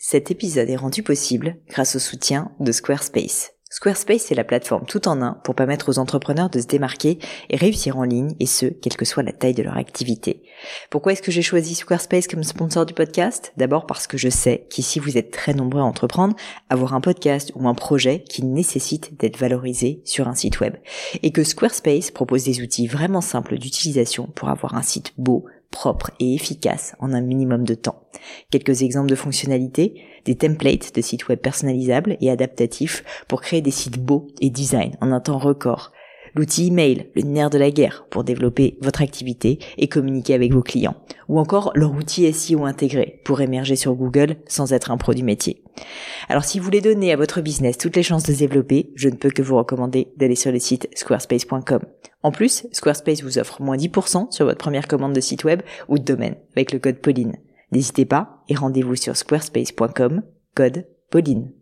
Cet épisode est rendu possible grâce au soutien de Squarespace. Squarespace est la plateforme tout en un pour permettre aux entrepreneurs de se démarquer et réussir en ligne, et ce, quelle que soit la taille de leur activité. Pourquoi est-ce que j'ai choisi Squarespace comme sponsor du podcast ? D'abord parce que je sais qu'ici vous êtes très nombreux à entreprendre, avoir un podcast ou un projet qui nécessite d'être valorisé sur un site web. Et que Squarespace propose des outils vraiment simples d'utilisation pour avoir un site beau, propre et efficace en un minimum de temps. Quelques exemples de fonctionnalités, des templates de sites web personnalisables et adaptatifs pour créer des sites beaux et design en un temps record. L'outil email, le nerf de la guerre pour développer votre activité et communiquer avec vos clients. Ou encore leur outil SEO intégré pour émerger sur Google sans être un pro du métier. Alors si vous voulez donner à votre business toutes les chances de se développer, je ne peux que vous recommander d'aller sur le site squarespace.com. En plus, Squarespace vous offre moins 10% sur votre première commande de site web ou de domaine avec le code Pauline. N'hésitez pas et rendez-vous sur squarespace.com, code Pauline.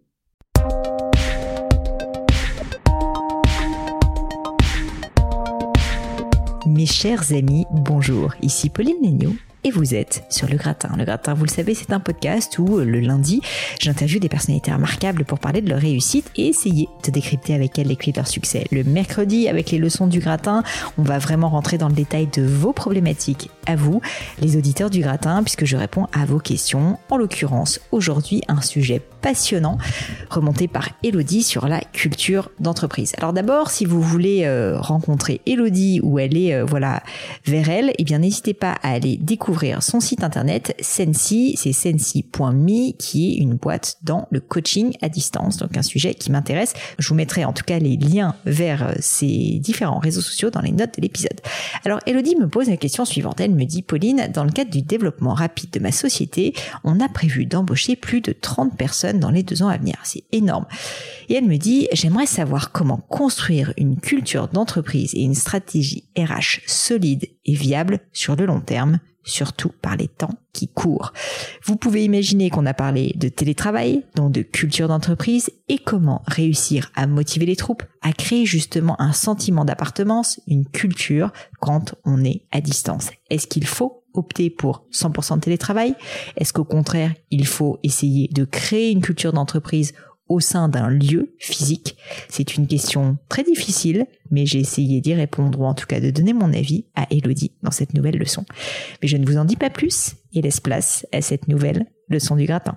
Mes chers amis, bonjour, ici Pauline Léniaud et vous êtes sur Le Gratin. Le Gratin, vous le savez, c'est un podcast où le lundi, j'interviewe des personnalités remarquables pour parler de leur réussite et essayer de décrypter avec elles les clés de leur succès. Le mercredi, avec les leçons du Gratin, on va vraiment rentrer dans le détail de vos problématiques, à vous, les auditeurs du Gratin, puisque je réponds à vos questions. En l'occurrence, aujourd'hui, un sujet passionnant remonté par Élodie sur la culture d'entreprise. Alors d'abord, si vous voulez rencontrer Élodie ou aller vers elle, eh bien n'hésitez pas à aller découvrir son site internet Sensi, c'est sensi.me, qui est une boîte dans le coaching à distance, donc un sujet qui m'intéresse. Je vous mettrai en tout cas les liens vers ces différents réseaux sociaux dans les notes de l'épisode. Alors Élodie me pose la question suivante, elle me dit: Pauline, dans le cadre du développement rapide de ma société, on a prévu d'embaucher plus de 30 personnes dans les 2 ans à venir. C'est énorme. Et elle me dit: j'aimerais savoir comment construire une culture d'entreprise et une stratégie RH solide et viable sur le long terme, surtout par les temps qui courent. Vous pouvez imaginer qu'on a parlé de télétravail, donc de culture d'entreprise, et comment réussir à motiver les troupes, à créer justement un sentiment d'appartenance, une culture quand on est à distance. Est-ce qu'il faut opter pour 100% de télétravail? Est-ce qu'au contraire, il faut essayer de créer une culture d'entreprise au sein d'un lieu physique? C'est une question très difficile, mais j'ai essayé d'y répondre, ou en tout cas de donner mon avis à Élodie dans cette nouvelle leçon. Mais je ne vous en dis pas plus et laisse place à cette nouvelle leçon du Gratin.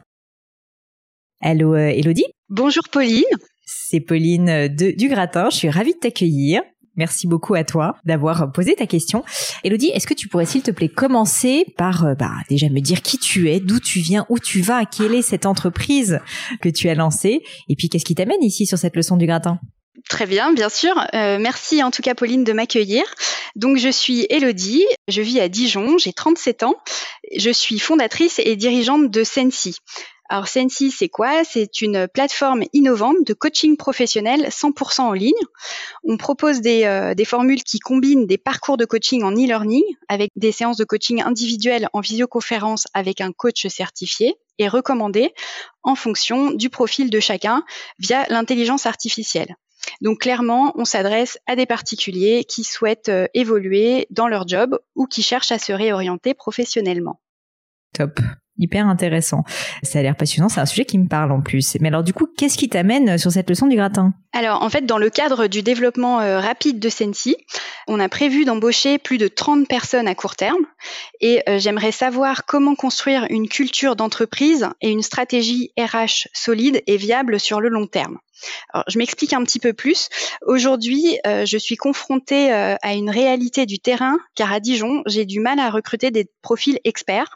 Allô Élodie ? Bonjour Pauline. C'est Pauline du Gratin, je suis ravie de t'accueillir. Merci beaucoup à toi d'avoir posé ta question. Élodie, est-ce que tu pourrais s'il te plaît commencer par déjà me dire qui tu es, d'où tu viens, où tu vas, quelle est cette entreprise que tu as lancée, et puis qu'est-ce qui t'amène ici sur cette leçon du Gratin ? Très bien, bien sûr. Merci en tout cas Pauline de m'accueillir. Donc je suis Élodie, je vis à Dijon, j'ai 37 ans. Je suis fondatrice et dirigeante de Sensi. Alors Sensi, c'est quoi ? C'est une plateforme innovante de coaching professionnel 100% en ligne. On propose des formules qui combinent des parcours de coaching en e-learning avec des séances de coaching individuelles en visioconférence avec un coach certifié et recommandé en fonction du profil de chacun via l'intelligence artificielle. Donc clairement, on s'adresse à des particuliers qui souhaitent évoluer dans leur job ou qui cherchent à se réorienter professionnellement. Top. Hyper intéressant. Ça a l'air passionnant, c'est un sujet qui me parle en plus. Mais alors du coup, qu'est-ce qui t'amène sur cette leçon du Gratin ? Alors en fait, dans le cadre du développement rapide de Sensi, on a prévu d'embaucher plus de 30 personnes à court terme et j'aimerais savoir comment construire une culture d'entreprise et une stratégie RH solide et viable sur le long terme. Alors, je m'explique un petit peu plus. Aujourd'hui, je suis confrontée à une réalité du terrain car à Dijon, j'ai du mal à recruter des profils experts.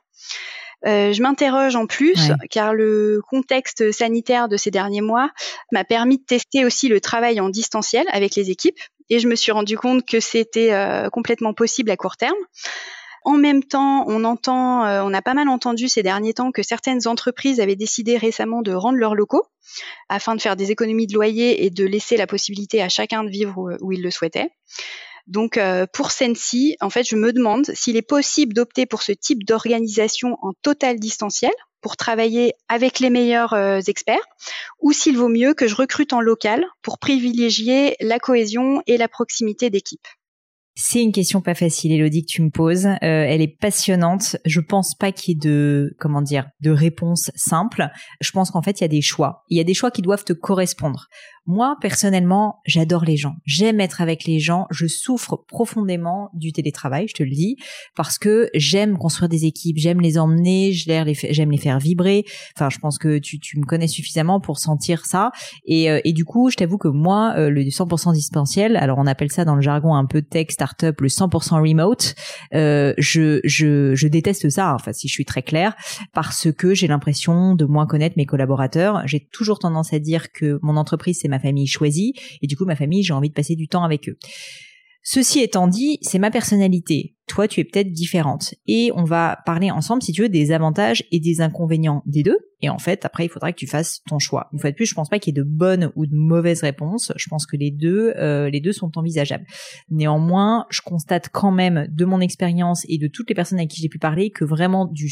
Je m'interroge en plus car le contexte sanitaire de ces derniers mois m'a permis de tester aussi le travail en distanciel avec les équipes et je me suis rendu compte que c'était complètement possible à court terme. En même temps, on a pas mal entendu ces derniers temps que certaines entreprises avaient décidé récemment de rendre leurs locaux afin de faire des économies de loyer et de laisser la possibilité à chacun de vivre où il le souhaitait. Donc pour Sensi, en fait, je me demande s'il est possible d'opter pour ce type d'organisation en total distanciel pour travailler avec les meilleurs experts ou s'il vaut mieux que je recrute en local pour privilégier la cohésion et la proximité d'équipe. C'est une question pas facile, Élodie, que tu me poses. Elle est passionnante. Je pense pas qu'il y ait de réponse simple. Je pense qu'en fait, il y a des choix. Il y a des choix qui doivent te correspondre. Moi, personnellement, j'adore les gens. J'aime être avec les gens. Je souffre profondément du télétravail, je te le dis, parce que j'aime construire des équipes, j'aime les emmener, j'aime les faire vibrer. Enfin, je pense que tu me connais suffisamment pour sentir ça. Et du coup, je t'avoue que moi, le 100% distanciel, alors on appelle ça dans le jargon un peu tech, startup, le 100% remote, je déteste ça, enfin, si je suis très claire, parce que j'ai l'impression de moins connaître mes collaborateurs. J'ai toujours tendance à dire que mon entreprise, c'est ma famille choisie, et du coup, ma famille, j'ai envie de passer du temps avec eux. Ceci étant dit, c'est ma personnalité. Toi, tu es peut-être différente. Et on va parler ensemble, si tu veux, des avantages et des inconvénients des deux. Et en fait, après, il faudra que tu fasses ton choix. Une fois de plus, je pense pas qu'il y ait de bonnes ou de mauvaises réponses. Je pense que les deux sont envisageables. Néanmoins, je constate quand même, de mon expérience et de toutes les personnes avec qui j'ai pu parler, que vraiment du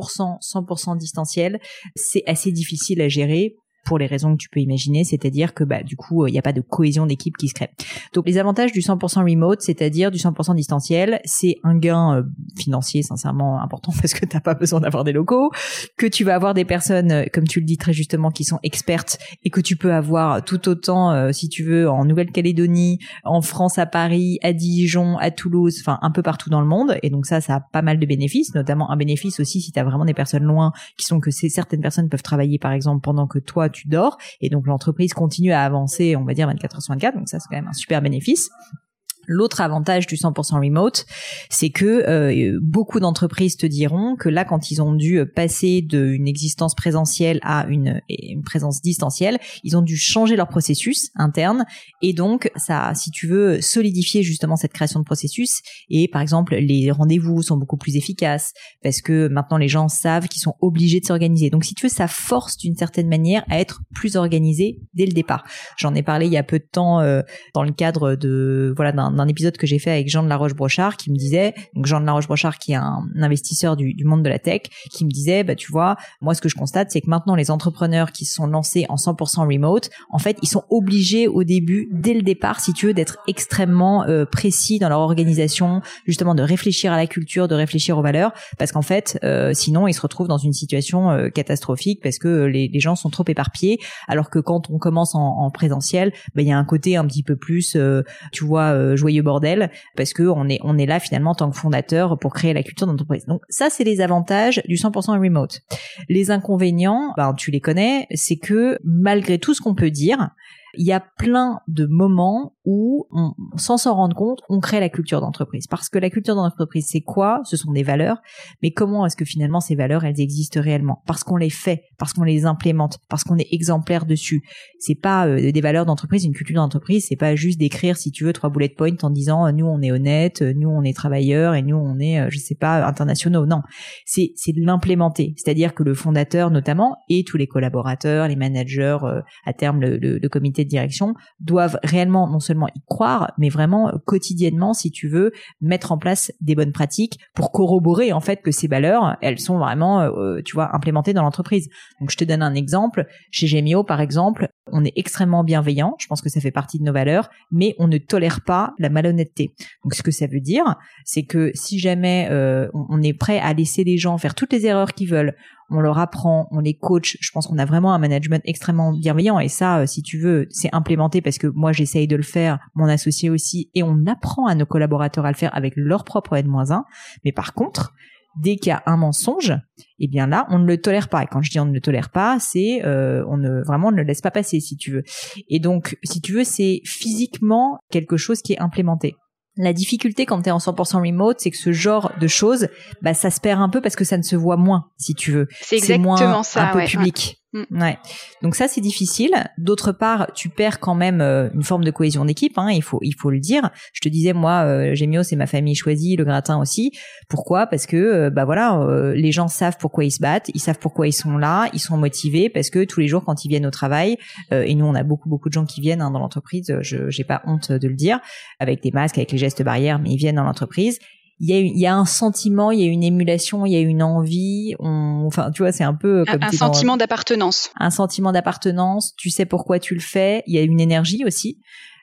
100% distanciel, c'est assez difficile à gérer, pour les raisons que tu peux imaginer, c'est-à-dire que du coup, il n'y a pas de cohésion d'équipe qui se crée. Donc les avantages du 100% remote, c'est-à-dire du 100% distanciel, c'est un gain financier sincèrement important parce que t'as pas besoin d'avoir des locaux, que tu vas avoir des personnes, comme tu le dis très justement, qui sont expertes et que tu peux avoir tout autant, si tu veux, en Nouvelle-Calédonie, en France, à Paris, à Dijon, à Toulouse, enfin un peu partout dans le monde. Et donc ça a pas mal de bénéfices, notamment un bénéfice aussi si t'as vraiment des personnes loin, qui sont que certaines personnes peuvent travailler par exemple pendant que toi tu dors, et donc l'entreprise continue à avancer, on va dire 24h/24, donc ça c'est quand même un super bénéfice. L'autre avantage du 100% remote, c'est que beaucoup d'entreprises te diront que là, quand ils ont dû passer d'une existence présentielle à une présence distancielle, ils ont dû changer leur processus interne, et donc ça, si tu veux, solidifier justement cette création de processus. Et par exemple, les rendez-vous sont beaucoup plus efficaces parce que maintenant les gens savent qu'ils sont obligés de s'organiser. Donc si tu veux, ça force d'une certaine manière à être plus organisé dès le départ. J'en ai parlé il y a peu de temps dans le cadre de d'un épisode que j'ai fait avec Jean de la Roche-Brochard, qui me disait, donc Jean de la Roche-Brochard qui est un investisseur du monde de la tech, qui me disait, tu vois, moi ce que je constate, c'est que maintenant les entrepreneurs qui se sont lancés en 100% remote, en fait, ils sont obligés au début, dès le départ, si tu veux, d'être extrêmement précis dans leur organisation, justement de réfléchir à la culture, de réfléchir aux valeurs, parce qu'en fait, sinon ils se retrouvent dans une situation catastrophique parce que les gens sont trop éparpillés, alors que quand on commence en présentiel, il y a un côté un petit peu plus, tu vois, joyeux bordel, parce que on est là finalement en tant que fondateur pour créer la culture d'entreprise. Donc ça, c'est les avantages du 100% remote. Les inconvénients, tu les connais, c'est que malgré tout ce qu'on peut dire, il y a plein de moments où, sans s'en rendre compte, on crée la culture d'entreprise. Parce que la culture d'entreprise, c'est quoi ? Ce sont des valeurs. Mais comment est-ce que finalement ces valeurs, elles existent réellement ? Parce qu'on les fait, parce qu'on les implémente, parce qu'on est exemplaire dessus. C'est pas des valeurs d'entreprise, une culture d'entreprise, c'est pas juste d'écrire, si tu veux, 3 bullet points en disant nous on est honnête, nous on est travailleurs et nous on est, je sais pas, internationaux. Non, c'est de l'implémenter. C'est-à-dire que le fondateur notamment et tous les collaborateurs, les managers, à terme le comité de direction doivent réellement non seulement y croire, mais vraiment quotidiennement, si tu veux, mettre en place des bonnes pratiques pour corroborer en fait que ces valeurs, elles sont vraiment, tu vois, implémentées dans l'entreprise. Donc je te donne un exemple. Chez Gemio, par exemple, on est extrêmement bienveillant. Je pense que ça fait partie de nos valeurs, mais on ne tolère pas la malhonnêteté. Donc ce que ça veut dire, c'est que si jamais on est prêt à laisser les gens faire toutes les erreurs qu'ils veulent, on leur apprend, on les coach. Je pense qu'on a vraiment un management extrêmement bienveillant, et ça, si tu veux, c'est implémenté parce que moi j'essaye de le faire, mon associé aussi, et on apprend à nos collaborateurs à le faire avec leur propre N-1. Mais par contre, dès qu'il y a un mensonge, eh bien là, on ne le tolère pas. Et quand je dis on ne le tolère pas, c'est on ne le laisse pas passer, si tu veux. Et donc, si tu veux, c'est physiquement quelque chose qui est implémenté. La difficulté quand t'es en 100% remote, c'est que ce genre de choses, ça se perd un peu parce que ça ne se voit moins, si tu veux. C'est exactement moins ça, un peu public. Ouais. Donc ça, c'est difficile. D'autre part, tu perds quand même une forme de cohésion d'équipe, hein, il faut le dire. Je te disais, moi, Gemio, c'est ma famille choisie, le gratin aussi. Pourquoi ? Parce que les gens savent pourquoi ils se battent, ils savent pourquoi ils sont là, ils sont motivés parce que tous les jours quand ils viennent au travail, et nous on a beaucoup de gens qui viennent dans l'entreprise, j'ai pas honte de le dire, avec des masques, avec les gestes barrières, mais ils viennent dans l'entreprise. Il y a un sentiment, il y a une émulation, il y a une envie, enfin tu vois, c'est un peu comme un sentiment d'appartenance. Un sentiment d'appartenance, tu sais pourquoi tu le fais, il y a une énergie aussi.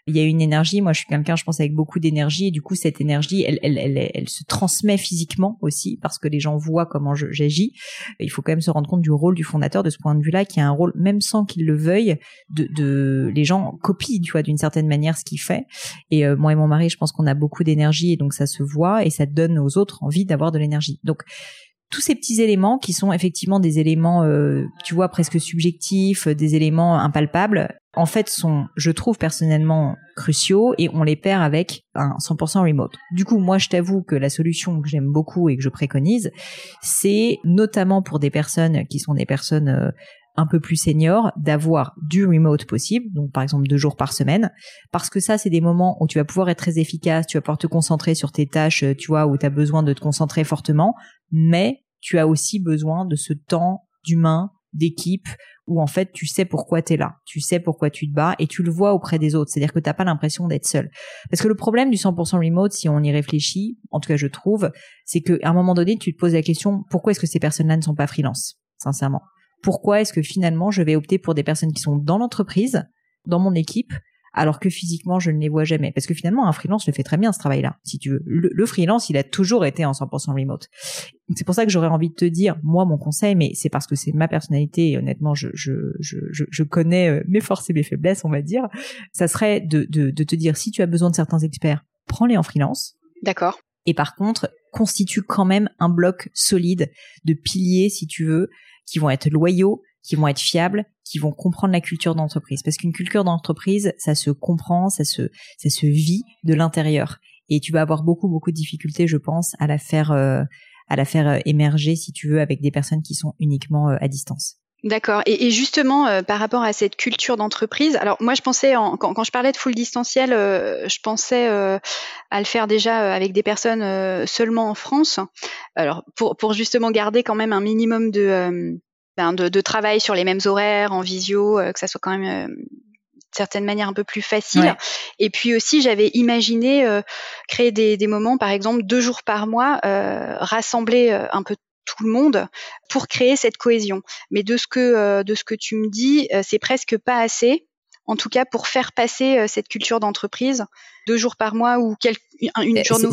Il y a une énergie. Moi, je suis quelqu'un, je pense, avec beaucoup d'énergie. Et du coup, cette énergie, elle se transmet physiquement aussi parce que les gens voient comment j'agis. Il faut quand même se rendre compte du rôle du fondateur de ce point de vue-là, qui a un rôle, même sans qu'il le veuille, les gens copient, tu vois, d'une certaine manière ce qu'il fait. Et moi et mon mari, je pense qu'on a beaucoup d'énergie et donc ça se voit et ça donne aux autres envie d'avoir de l'énergie. Donc, tous ces petits éléments qui sont effectivement des éléments, tu vois, presque subjectifs, des éléments impalpables, en fait sont, je trouve personnellement, cruciaux et on les perd avec un 100% remote. Du coup, moi, je t'avoue que la solution que j'aime beaucoup et que je préconise, c'est notamment pour des personnes qui sont des personnes un peu plus seniors, d'avoir du remote possible, donc par exemple 2 jours par semaine, parce que ça, c'est des moments où tu vas pouvoir être très efficace, tu vas pouvoir te concentrer sur tes tâches, tu vois, où tu as besoin de te concentrer fortement, mais tu as aussi besoin de ce temps d'humain, d'équipe, où en fait tu sais pourquoi t'es là, tu sais pourquoi tu te bats et tu le vois auprès des autres, c'est-à-dire que t'as pas l'impression d'être seul. Parce que le problème du 100% remote, si on y réfléchit, en tout cas je trouve, c'est qu'à un moment donné tu te poses la question, pourquoi est-ce que ces personnes-là ne sont pas freelance, sincèrement? Pourquoi est-ce que finalement je vais opter pour des personnes qui sont dans l'entreprise, dans mon équipe, alors que physiquement je ne les vois jamais? Parce que finalement un freelance le fait très bien ce travail-là, si tu veux. Le freelance, il a toujours été en 100% remote. C'est pour ça que j'aurais envie de te dire, moi mon conseil, mais c'est parce que c'est ma personnalité et honnêtement je connais mes forces et mes faiblesses, on va dire, ça serait de te dire, si tu as besoin de certains experts, prends-les en freelance. D'accord. Et par contre, constitue quand même un bloc solide de piliers, si tu veux, qui vont être loyaux, qui vont être fiables, qui vont comprendre la culture d'entreprise. Parce qu'une culture d'entreprise, ça se comprend, ça se vit de l'intérieur. Et tu vas avoir beaucoup de difficultés, je pense, à la faire émerger, si tu veux, avec des personnes qui sont uniquement à distance. D'accord. Et justement, par rapport à cette culture d'entreprise, alors moi je pensais, quand je parlais de full distanciel, je pensais à le faire déjà avec des personnes seulement en France. Alors pour justement garder quand même un minimum de travail sur les mêmes horaires, en visio, que ça soit quand même d'une certaine manière un peu plus facile. Ouais. Et puis aussi, j'avais imaginé créer des moments, par exemple 2 jours par mois, rassembler un peu tout le monde pour créer cette cohésion. Mais de ce que tu me dis, c'est presque pas assez. En tout cas, pour faire passer cette culture d'entreprise, 2 jours par mois ou une journée.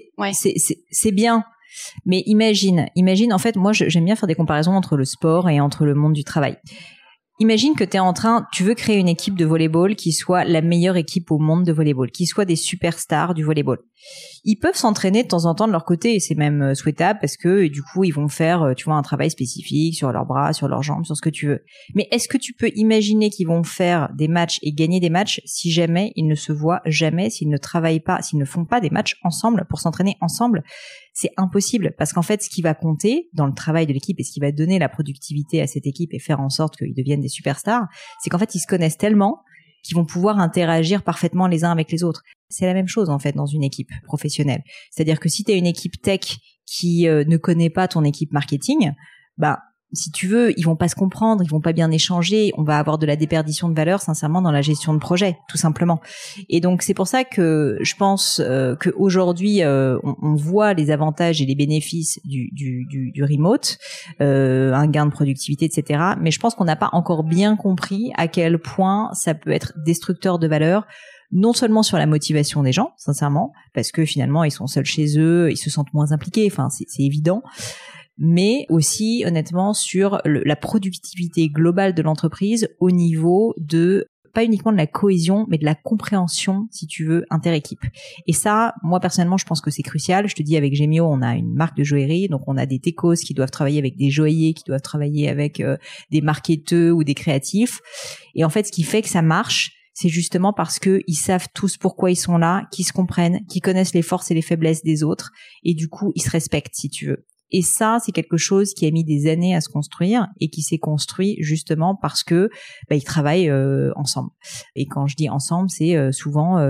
C'est bien. Mais imagine, en fait, moi, j'aime bien faire des comparaisons entre le sport et entre le monde du travail. Imagine que tu veux créer une équipe de volleyball qui soit la meilleure équipe au monde de volleyball, qui soit des superstars du volleyball. Ils peuvent s'entraîner de temps en temps de leur côté et c'est même souhaitable parce que du coup ils vont faire, tu vois, un travail spécifique sur leurs bras, sur leurs jambes, sur ce que tu veux. Mais est-ce que tu peux imaginer qu'ils vont faire des matchs et gagner des matchs si jamais ils ne se voient jamais, s'ils ne travaillent pas, s'ils ne font pas des matchs ensemble pour s'entraîner ensemble? C'est impossible parce qu'en fait, ce qui va compter dans le travail de l'équipe et ce qui va donner la productivité à cette équipe et faire en sorte qu'ils deviennent des superstars, c'est qu'en fait, ils se connaissent tellement qu'ils vont pouvoir interagir parfaitement les uns avec les autres. C'est la même chose en fait dans une équipe professionnelle. C'est-à-dire que si tu as une équipe tech qui ne connaît pas ton équipe marketing, bah si tu veux, ils vont pas se comprendre, ils vont pas bien échanger, on va avoir de la déperdition de valeur sincèrement dans la gestion de projet, tout simplement. Et donc c'est pour ça que je pense qu'aujourd'hui on voit les avantages et les bénéfices du remote, un gain de productivité, etc. Mais je pense qu'on n'a pas encore bien compris à quel point ça peut être destructeur de valeur, non seulement sur la motivation des gens, sincèrement, parce que finalement ils sont seuls chez eux, ils se sentent moins impliqués, enfin c'est évident, mais aussi honnêtement sur la productivité globale de l'entreprise au niveau de pas uniquement de la cohésion, mais de la compréhension, si tu veux, interéquipe. Et ça, moi personnellement, je pense que c'est crucial. Je te dis, avec Gemio, on a une marque de joaillerie, donc on a des techos qui doivent travailler avec des joailliers, qui doivent travailler avec des marketeurs ou des créatifs. Et en fait, ce qui fait que ça marche, c'est justement parce que ils savent tous pourquoi ils sont là, qu'ils se comprennent, qu'ils connaissent les forces et les faiblesses des autres, et du coup, ils se respectent, si tu veux. Et ça, c'est quelque chose qui a mis des années à se construire et qui s'est construit justement parce que ils travaillent ensemble. Et quand je dis ensemble, c'est souvent,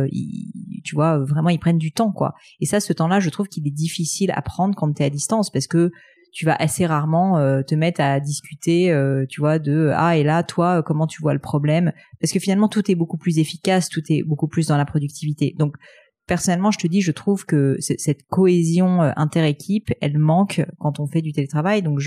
tu vois, vraiment ils prennent du temps, quoi. Et ça, ce temps-là, je trouve qu'il est difficile à prendre quand t'es à distance parce que tu vas assez rarement te mettre à discuter, tu vois, de et là, toi, comment tu vois le problème? Parce que finalement, tout est beaucoup plus efficace, tout est beaucoup plus dans la productivité. Donc personnellement, je te dis, je trouve que cette cohésion inter-équipe, elle manque quand on fait du télétravail. Donc,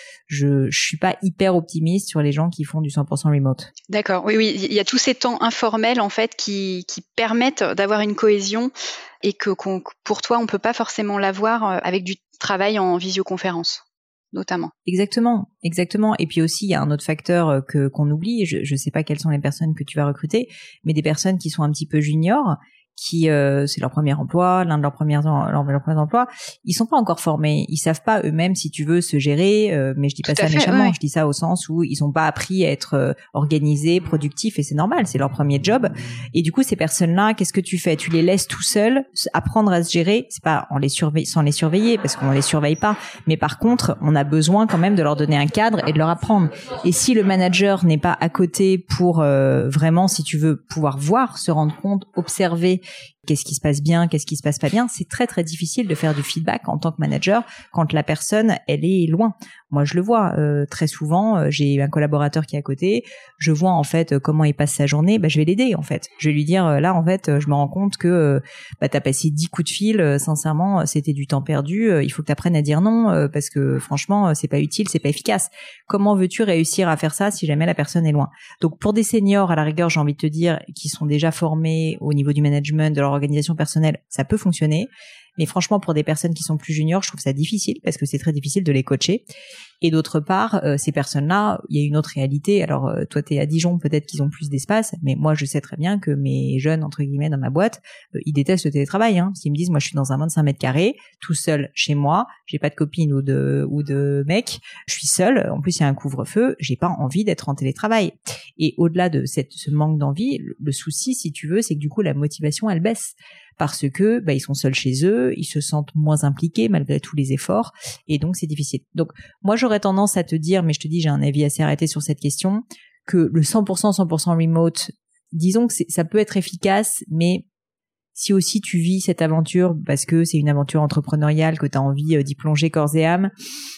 je suis pas hyper optimiste sur les gens qui font du 100% remote. D'accord. Oui. Il y a tous ces temps informels, en fait, qui permettent d'avoir une cohésion et que pour toi, on peut pas forcément l'avoir avec du travail en visioconférence, notamment. Exactement. Et puis aussi, il y a un autre facteur qu'on oublie. Je sais pas quelles sont les personnes que tu vas recruter, mais des personnes qui sont un petit peu juniors, qui c'est leur premier emploi, l'un de leurs premiers emplois, ils sont pas encore formés, ils savent pas eux-mêmes, si tu veux, se gérer, mais je dis pas ça méchamment, ouais. Je dis ça au sens où ils ont pas appris à être organisés, productifs, et c'est normal, c'est leur premier job. Et du coup, ces personnes-là, qu'est-ce que tu fais? Tu les laisses tout seuls apprendre à se gérer, c'est pas sans les surveiller, parce qu'on les surveille pas, mais par contre, on a besoin quand même de leur donner un cadre et de leur apprendre. Et si le manager n'est pas à côté pour vraiment, si tu veux, pouvoir voir, se rendre compte, observer qu'est-ce qui se passe bien, qu'est-ce qui se passe pas bien, c'est très très difficile de faire du feedback en tant que manager quand la personne, elle est loin. Moi, je le vois très souvent, j'ai un collaborateur qui est à côté, je vois en fait comment il passe sa journée, je vais l'aider en fait. Je vais lui dire là en fait, je me rends compte que t'as passé 10 coups de fil, sincèrement, c'était du temps perdu, il faut que tu apprennes à dire non parce que franchement, c'est pas utile, c'est pas efficace. Comment veux-tu réussir à faire ça si jamais la personne est loin? Donc pour des seniors, à la rigueur, j'ai envie de te dire, qui sont déjà formés au niveau du management, de leur organisation personnelle, ça peut fonctionner. Mais franchement, pour des personnes qui sont plus juniors, je trouve ça difficile parce que c'est très difficile de les coacher. Et d'autre part, ces personnes-là, il y a une autre réalité. Alors, toi, t'es à Dijon, peut-être qu'ils ont plus d'espace, mais moi, je sais très bien que mes jeunes, entre guillemets, dans ma boîte, ils détestent le télétravail. Parce qu'ils me disent, moi, je suis dans un 25 mètres carrés, tout seul chez moi, j'ai pas de copine ou de mec, je suis seule. En plus, il y a un couvre-feu, j'ai pas envie d'être en télétravail. Et au-delà de ce manque d'envie, le souci, si tu veux, c'est que du coup, la motivation, elle baisse. Parce que ils sont seuls chez eux, ils se sentent moins impliqués malgré tous les efforts, et donc c'est difficile. Donc moi j'aurais tendance à te dire, mais je te dis j'ai un avis assez arrêté sur cette question, que le 100% remote, disons que ça peut être efficace, mais si aussi tu vis cette aventure parce que c'est une aventure entrepreneuriale, que tu as envie d'y plonger corps et âme,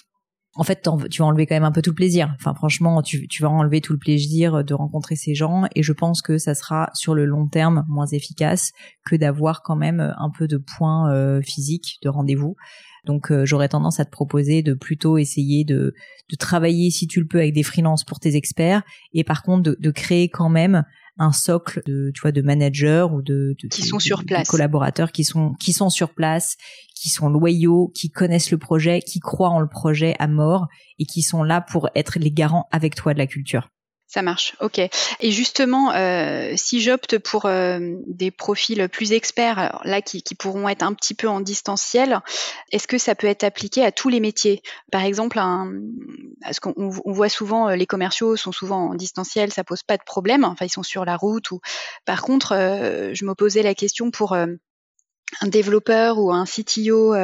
en fait, tu vas enlever quand même un peu tout le plaisir. Enfin, franchement, tu vas enlever tout le plaisir de rencontrer ces gens, et je pense que ça sera sur le long terme moins efficace que d'avoir quand même un peu de points physiques, de rendez-vous. Donc, j'aurais tendance à te proposer de plutôt essayer de travailler, si tu le peux, avec des freelances pour tes experts, et par contre de créer quand même un socle de managers ou qui sont sur place, de collaborateurs qui sont sur place, qui sont loyaux, qui connaissent le projet, qui croient en le projet à mort et qui sont là pour être les garants avec toi de la culture. Ça marche, ok. Et justement, si j'opte pour des profils plus experts, alors là qui pourront être un petit peu en distanciel, est-ce que ça peut être appliqué à tous les métiers? Par exemple, parce qu'on voit souvent les commerciaux sont souvent en distanciel, ça pose pas de problème. Enfin, ils sont sur la route. Par contre, je me posais la question pour un développeur ou un CTO.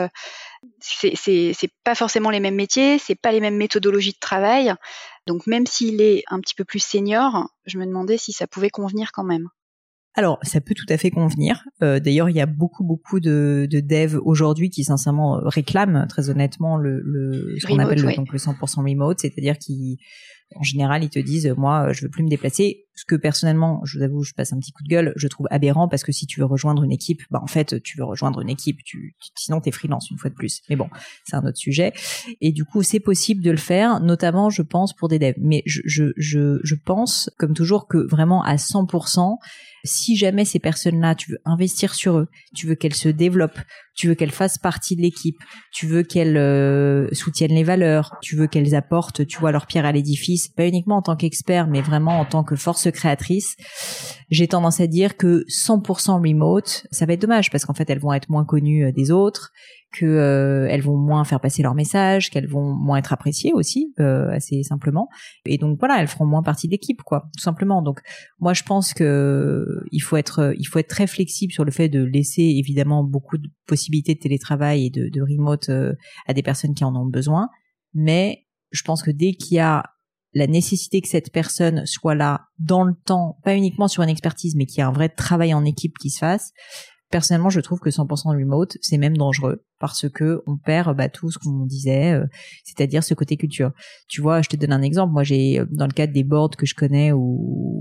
C'est pas forcément les mêmes métiers, c'est pas les mêmes méthodologies de travail. Donc même s'il est un petit peu plus senior, je me demandais si ça pouvait convenir quand même. Alors, ça peut tout à fait convenir. D'ailleurs, il y a beaucoup de devs aujourd'hui qui sincèrement réclament très honnêtement ce qu'on appelle donc le 100% remote, c'est-à-dire en général, ils te disent, moi, je veux plus me déplacer. Ce que personnellement, je vous avoue, je passe un petit coup de gueule, je trouve aberrant parce que si tu veux rejoindre une équipe, en fait, tu veux rejoindre une équipe, sinon t'es freelance une fois de plus. Mais bon, c'est un autre sujet. Et du coup, c'est possible de le faire, notamment, je pense, pour des devs. Mais je pense, comme toujours, que vraiment à 100%, si jamais ces personnes-là, tu veux investir sur eux, tu veux qu'elles se développent, tu veux qu'elles fassent partie de l'équipe, tu veux qu'elles soutiennent les valeurs, tu veux qu'elles apportent, tu vois, leur pierre à l'édifice, pas uniquement en tant qu'expert, mais vraiment en tant que force créatrice, j'ai tendance à dire que 100% remote, ça va être dommage parce qu'en fait, elles vont être moins connues des autres, que elles vont moins faire passer leur message, qu'elles vont moins être appréciées aussi, assez simplement. Et donc voilà, elles feront moins partie de l'équipe, quoi, tout simplement. Donc moi, je pense que il faut être très flexible sur le fait de laisser évidemment beaucoup de possibilités de télétravail et de remote à des personnes qui en ont besoin. Mais je pense que dès qu'il y a la nécessité que cette personne soit là dans le temps, pas uniquement sur une expertise, mais qu'il y a un vrai travail en équipe qui se fasse, personnellement, je trouve que 100% remote, c'est même dangereux parce que on perd tout ce qu'on disait, c'est-à-dire ce côté culture. Tu vois, je te donne un exemple. Moi, j'ai dans le cadre des boards que je connais ou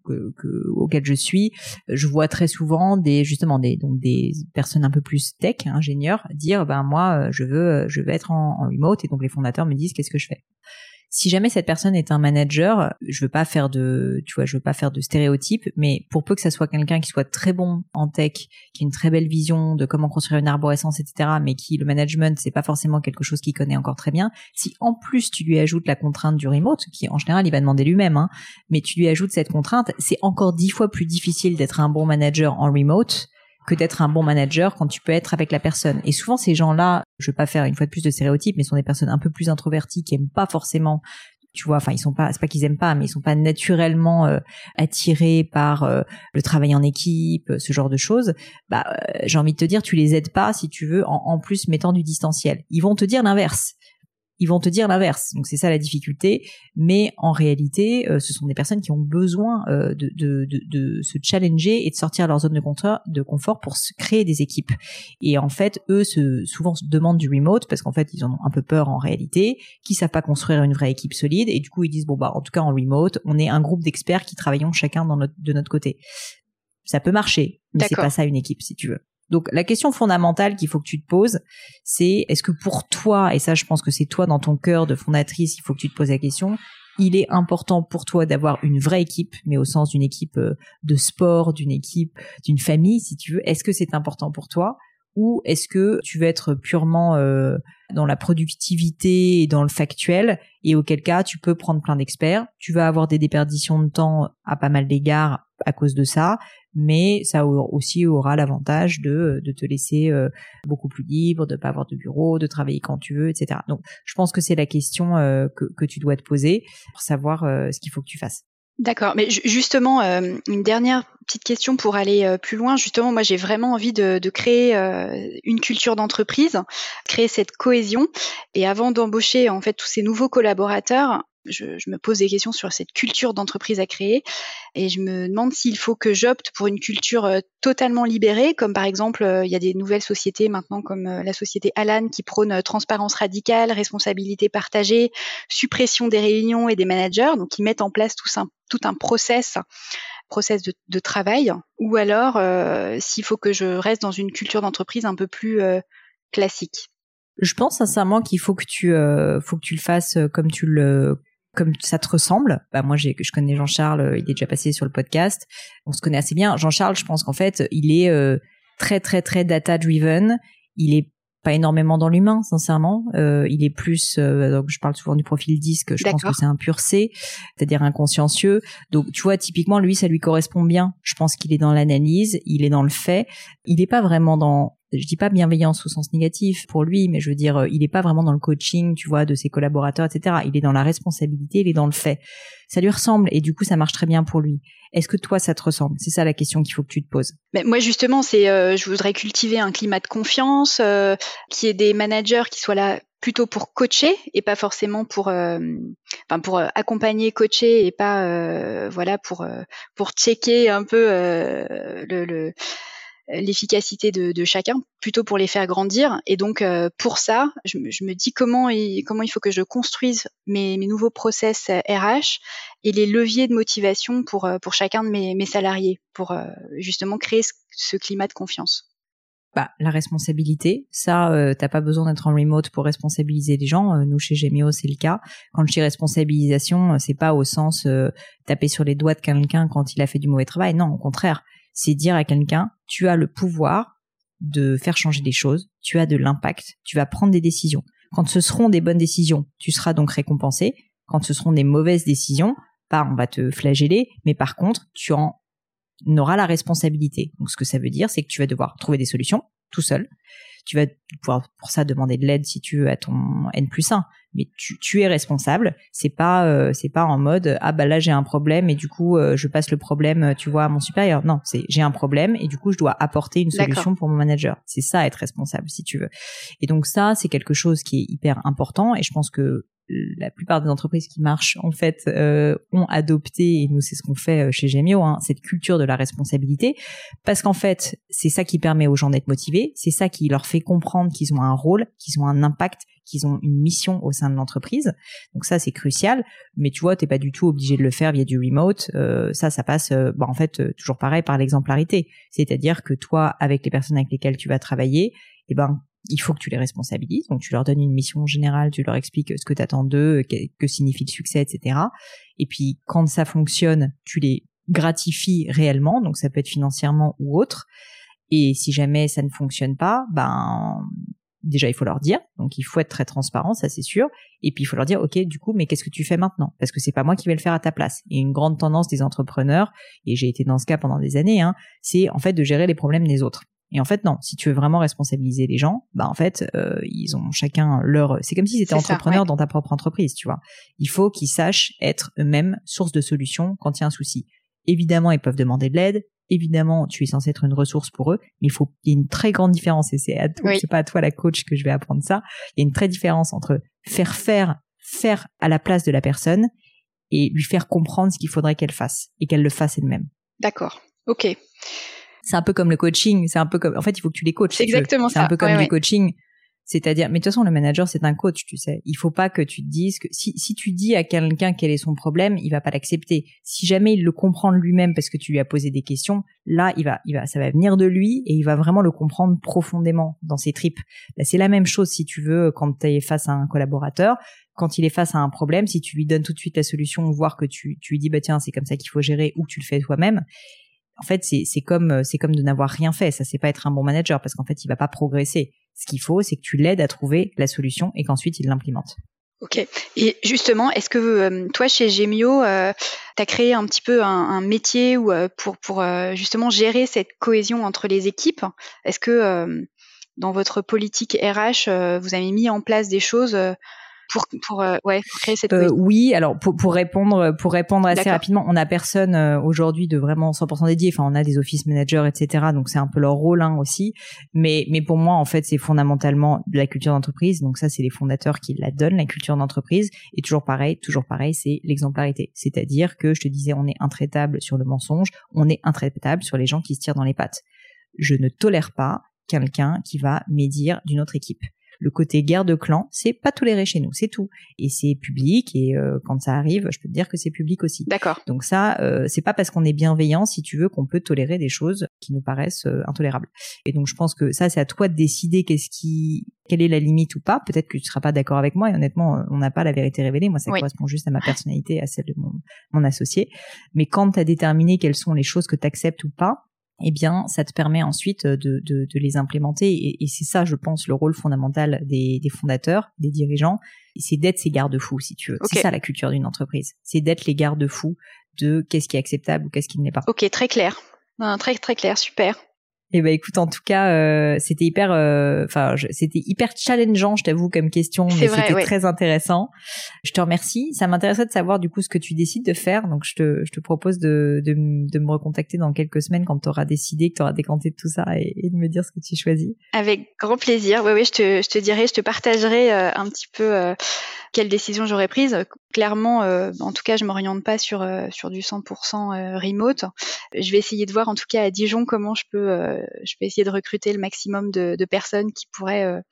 auquel je suis, je vois très souvent des personnes un peu plus tech, ingénieurs, dire moi je veux être en remote, et donc les fondateurs me disent qu'est-ce que je fais. Si jamais cette personne est un manager, je veux pas faire de stéréotypes, mais pour peu que ça soit quelqu'un qui soit très bon en tech, qui a une très belle vision de comment construire une arborescence, etc., mais qui, le management, c'est pas forcément quelque chose qu'il connaît encore très bien, si en plus tu lui ajoutes la contrainte du remote, qui en général il va demander lui-même, mais tu lui ajoutes cette contrainte, c'est encore 10 fois plus difficile d'être un bon manager en remote que d'être un bon manager quand tu peux être avec la personne. Et souvent, ces gens-là, je veux pas faire une fois de plus de stéréotypes, mais sont des personnes un peu plus introverties qui aiment pas forcément, tu vois, enfin, c'est pas qu'ils aiment pas, mais ils sont pas naturellement attirés par le travail en équipe, ce genre de choses. J'ai envie de te dire, tu les aides pas, si tu veux, en plus mettant du distanciel. Ils vont te dire l'inverse. Donc c'est ça la difficulté, mais en réalité, ce sont des personnes qui ont besoin de se challenger et de sortir de leur zone de confort pour se créer des équipes. Et en fait, eux souvent se demandent du remote parce qu'en fait, ils en ont un peu peur en réalité, qu'ils savent pas construire une vraie équipe solide, et du coup ils disent en tout cas en remote, on est un groupe d'experts qui travaillons chacun de notre côté. Ça peut marcher, mais c'est pas ça une équipe, si tu veux. Donc, la question fondamentale qu'il faut que tu te poses, c'est est-ce que pour toi, et ça, je pense que c'est toi dans ton cœur de fondatrice, il faut que tu te poses la question, il est important pour toi d'avoir une vraie équipe, mais au sens d'une équipe de sport, d'une équipe, d'une famille, si tu veux. Est-ce que c'est important pour toi? Ou est-ce que tu veux être purement dans la productivité et dans le factuel, et auquel cas tu peux prendre plein d'experts, tu vas avoir des déperditions de temps à pas mal d'égards à cause de ça, mais ça aussi aura l'avantage de te laisser beaucoup plus libre, de pas avoir de bureau, de travailler quand tu veux, etc. Donc je pense que c'est la question que tu dois te poser pour savoir ce qu'il faut que tu fasses. D'accord, mais justement, une dernière petite question pour aller plus loin. Justement, moi, j'ai vraiment envie de créer une culture d'entreprise, créer cette cohésion. Et avant d'embaucher en fait tous ces nouveaux collaborateurs, je me pose des questions sur cette culture d'entreprise à créer, et je me demande s'il faut que j'opte pour une culture totalement libérée, comme par exemple, il y a des nouvelles sociétés maintenant comme la société Alan qui prône transparence radicale, responsabilité partagée, suppression des réunions et des managers, donc qui mettent en place tout un process de travail, ou alors s'il faut que je reste dans une culture d'entreprise un peu plus classique. Je pense sincèrement qu'il faut que tu le fasses comme ça te ressemble. Moi, je connais Jean-Charles, il est déjà passé sur le podcast. On se connaît assez bien. Jean-Charles, je pense qu'en fait, il est très, très, très data-driven. Il est pas énormément dans l'humain, sincèrement. Il est plus, donc je parle souvent du profil disque, je pense que c'est un pur C, c'est-à-dire un consciencieux. Donc, tu vois, typiquement, lui, ça lui correspond bien. Je pense qu'il est dans l'analyse, il est dans le fait. Il est pas vraiment dans, je dis pas bienveillance au sens négatif pour lui, mais je veux dire, il est pas vraiment dans le coaching, tu vois, de ses collaborateurs, etc. Il est dans la responsabilité, il est dans le fait. Ça lui ressemble et du coup, ça marche très bien pour lui. Est-ce que toi, ça te ressemble? C'est ça la question qu'il faut que tu te poses. Mais moi, justement, je voudrais cultiver un climat de confiance, qui ait des managers qui soient là plutôt pour coacher et pas forcément pour accompagner, coacher, et pas pour checker un peu l'efficacité de chacun, plutôt pour les faire grandir. Et donc pour ça, je me dis comment il faut que je construise mes nouveaux process RH et les leviers de motivation pour chacun de mes salariés, pour justement créer ce climat de confiance. La responsabilité, ça, t'as pas besoin d'être en remote pour responsabiliser les gens. Nous, chez Gemio, c'est le cas. Quand je dis responsabilisation, c'est pas au sens taper sur les doigts de quelqu'un quand il a fait du mauvais travail. Non, au contraire. C'est dire à quelqu'un, tu as le pouvoir de faire changer des choses, tu as de l'impact, tu vas prendre des décisions. Quand ce seront des bonnes décisions, tu seras donc récompensé. Quand ce seront des mauvaises décisions, on va te flageller, mais par contre, tu en auras la responsabilité. Donc, ce que ça veut dire, c'est que tu vas devoir trouver des solutions tout seul. Tu vas pouvoir pour ça demander de l'aide si tu veux à ton N+1, mais tu es responsable. C'est pas en mode là j'ai un problème et du coup je passe le problème tu vois à mon supérieur. Non, c'est j'ai un problème et du coup je dois apporter une solution pour mon manager. C'est ça être responsable si tu veux. Et donc ça c'est quelque chose qui est hyper important et je pense que la plupart des entreprises qui marchent en fait ont adopté, et nous c'est ce qu'on fait chez Gemio, cette culture de la responsabilité, parce qu'en fait c'est ça qui permet aux gens d'être motivés, c'est ça qui leur fait comprendre qu'ils ont un rôle, qu'ils ont un impact, qu'ils ont une mission au sein de l'entreprise. Donc ça c'est crucial, mais tu vois t'es pas du tout obligé de le faire via du remote. Ça passe en fait toujours pareil par l'exemplarité, c'est-à-dire que toi avec les personnes avec lesquelles tu vas travailler, il faut que tu les responsabilises, donc tu leur donnes une mission générale, tu leur expliques ce que tu attends d'eux, que signifie le succès, etc. Et puis quand ça fonctionne, tu les gratifies réellement, donc ça peut être financièrement ou autre. Et si jamais ça ne fonctionne pas, déjà il faut leur dire, donc il faut être très transparent, ça c'est sûr. Et puis il faut leur dire, ok, du coup, mais qu'est-ce que tu fais maintenant ? Parce que c'est pas moi qui vais le faire à ta place. Et une grande tendance des entrepreneurs, et j'ai été dans ce cas pendant des années, c'est en fait de gérer les problèmes des autres. Et en fait, non, si tu veux vraiment responsabiliser les gens, en fait, ils ont chacun leur... C'est comme s'ils étaient entrepreneurs dans ta propre entreprise, tu vois. Il faut qu'ils sachent être eux-mêmes source de solutions quand il y a un souci. Évidemment, ils peuvent demander de l'aide. Évidemment, tu es censé être une ressource pour eux, mais il y a une très grande différence, et c'est pas à toi la coach que je vais apprendre ça. Il y a une très différence entre faire à la place de la personne et lui faire comprendre ce qu'il faudrait qu'elle fasse et qu'elle le fasse elle-même. D'accord. Ok. C'est un peu comme le coaching, en fait, il faut que tu les coaches. C'est exactement ça. C'est un peu comme du coaching. C'est-à-dire, mais de toute façon, le manager, c'est un coach, tu sais. Il faut pas que tu te dises que si tu dis à quelqu'un quel est son problème, il va pas l'accepter. Si jamais il le comprend lui-même parce que tu lui as posé des questions, là, ça va venir de lui et il va vraiment le comprendre profondément dans ses tripes. Là, c'est la même chose si tu veux quand tu es face à un collaborateur. Quand il est face à un problème, si tu lui donnes tout de suite la solution, voire que tu lui dis, tiens, c'est comme ça qu'il faut gérer, ou que tu le fais toi-même. En fait, c'est comme de n'avoir rien fait. Ça, c'est pas être un bon manager parce qu'en fait, il va pas progresser. Ce qu'il faut, c'est que tu l'aides à trouver la solution et qu'ensuite, il l'implémente. Ok. Et justement, est-ce que toi, chez Gemio, tu as créé un petit peu un métier pour justement gérer cette cohésion entre les équipes ? Est-ce que dans votre politique RH, vous avez mis en place des choses pour créer cette cohésion ? Oui, alors pour répondre assez rapidement, on n'a personne aujourd'hui de vraiment 100% dédié. Enfin, on a des office managers, etc. Donc c'est un peu leur rôle aussi. Mais pour moi, en fait, c'est fondamentalement de la culture d'entreprise. Donc ça, c'est les fondateurs qui la donnent, la culture d'entreprise. Et toujours pareil, c'est l'exemplarité. C'est-à-dire que je te disais, on est intraitable sur le mensonge, on est intraitable sur les gens qui se tirent dans les pattes. Je ne tolère pas quelqu'un qui va médire d'une autre équipe. Le côté guerre de clan, c'est pas toléré chez nous, c'est tout. Et c'est public, et quand ça arrive, je peux te dire que c'est public aussi. D'accord. Donc ça, c'est pas parce qu'on est bienveillant, si tu veux, qu'on peut tolérer des choses qui nous paraissent intolérables. Et donc je pense que ça, c'est à toi de décider quelle est la limite ou pas. Peut-être que tu seras pas d'accord avec moi, et honnêtement, on n'a pas la vérité révélée. Moi, ça correspond juste à ma personnalité, à celle de mon associé. Mais quand tu as déterminé quelles sont les choses que tu acceptes ou pas, eh bien, ça te permet ensuite de les implémenter. Et c'est ça, je pense, le rôle fondamental des fondateurs, des dirigeants, c'est d'être ces garde-fous, si tu veux. Okay. C'est ça la culture d'une entreprise. C'est d'être les garde-fous de qu'est-ce qui est acceptable ou qu'est-ce qui ne l'est pas. Ok, très clair. Non, très, très clair, super. Eh ben écoute, en tout cas, c'était hyper challengeant, je t'avoue, comme question, mais c'était très intéressant. Je te remercie. Ça m'intéresserait de savoir du coup ce que tu décides de faire. Donc je te propose de me recontacter dans quelques semaines quand tu auras décidé, que tu auras décanté de tout ça, et de me dire ce que tu choisis. Avec grand plaisir. Oui, je te dirai, je te partagerai un petit peu quelle décision j'aurais prise. Clairement, en tout cas, je m'oriente pas sur du 100% remote. Je vais essayer de voir, en tout cas à Dijon, comment je peux essayer de recruter le maximum de personnes qui pourraient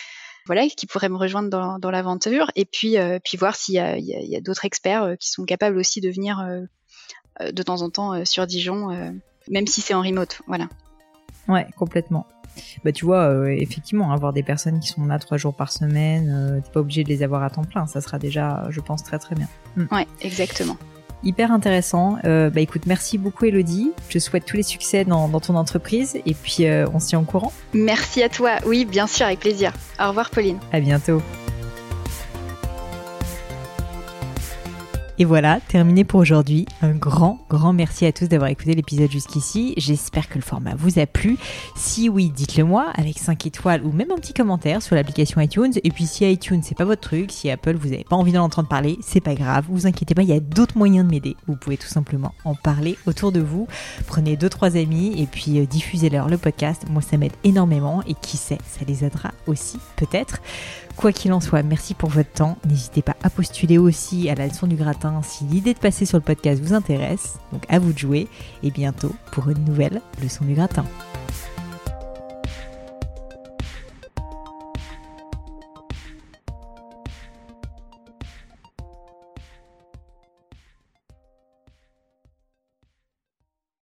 me rejoindre dans l'aventure, et puis voir s'il y a d'autres experts qui sont capables aussi de venir de temps en temps sur Dijon, même si c'est en remote. Voilà. Ouais, complètement. Bah tu vois, effectivement, avoir des personnes qui sont là 3 jours par semaine, t'es pas obligé de les avoir à temps plein, ça sera déjà, je pense, très très bien. Ouais, exactement. Hyper intéressant. Bah écoute, merci beaucoup Elodie. Je te souhaite tous les succès dans ton entreprise, et puis on se tient au courant. Merci à toi. Oui, bien sûr, avec plaisir. Au revoir Pauline. À bientôt. Et voilà, terminé pour aujourd'hui. Un grand merci à tous d'avoir écouté l'épisode jusqu'ici. J'espère que le format vous a plu. Si oui, dites-le moi avec 5 étoiles ou même un petit commentaire sur l'application iTunes. Et puis si iTunes c'est pas votre truc, si Apple vous n'avez pas envie d'en entendre parler, c'est pas grave. Vous inquiétez pas, il y a d'autres moyens de m'aider. Vous pouvez tout simplement en parler autour de vous. Prenez 2-3 amis et puis diffusez-leur le podcast. Moi ça m'aide énormément et qui sait, ça les aidera aussi peut-être. Quoi qu'il en soit, merci pour votre temps. N'hésitez pas à postuler aussi à la leçon du gratin si l'idée de passer sur le podcast vous intéresse. Donc à vous de jouer et bientôt pour une nouvelle leçon du gratin.